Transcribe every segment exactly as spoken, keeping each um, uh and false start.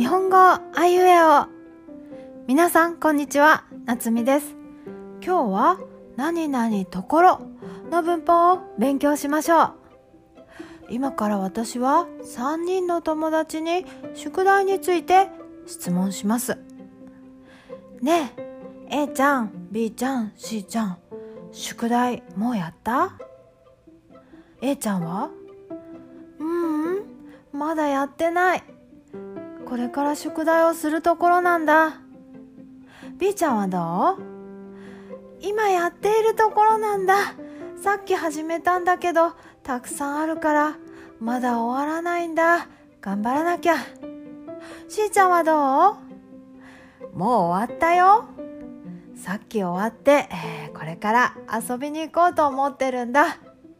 本語あいうえお。皆さんこんにちは、なつみです。今日は何々ところの文法を勉強しましょう。今から私はさんにんの友達に宿題について質問します。ねえ、A ちゃん、B ちゃん、C ちゃん、宿題もうやった？ A ちゃんは？ううん、まだやってない。これから宿題をするところなんだ。B ちゃんはどう？今やっているところなんだ。さっき始めたんだけど、たくさんあるからまだ終わらないんだ。頑張らなきゃ。C ちゃんはどう？もう終わったよ。さっき終わって、えーこれから遊びに行こうと思ってるんだ。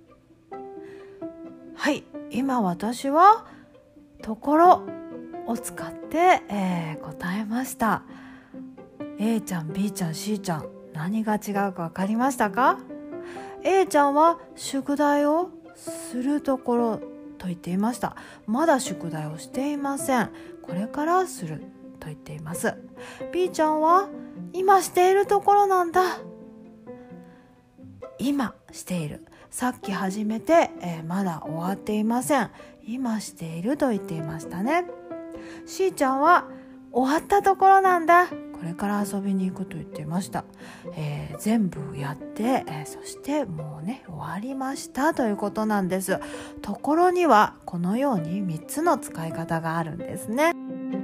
はい、今私はところを使って、えー答えました。 A ちゃん、 B ちゃん、 C ちゃん、何が違うか分かりましたか？ A ちゃんは宿題をするところと言っていました。まだ宿題をしていません。これからすると言っています。 B ちゃんは今しているところなんだ。今している。さっき始めて、えーまだ終わっていません。今していると言っていましたね。 C ちゃんは終わったところなんだ。これから遊びに行くと言っていました。えー全部やって、えーそしてもうね終わりましたということなんです。ところにはこのようにみっつの使い方があるんですね。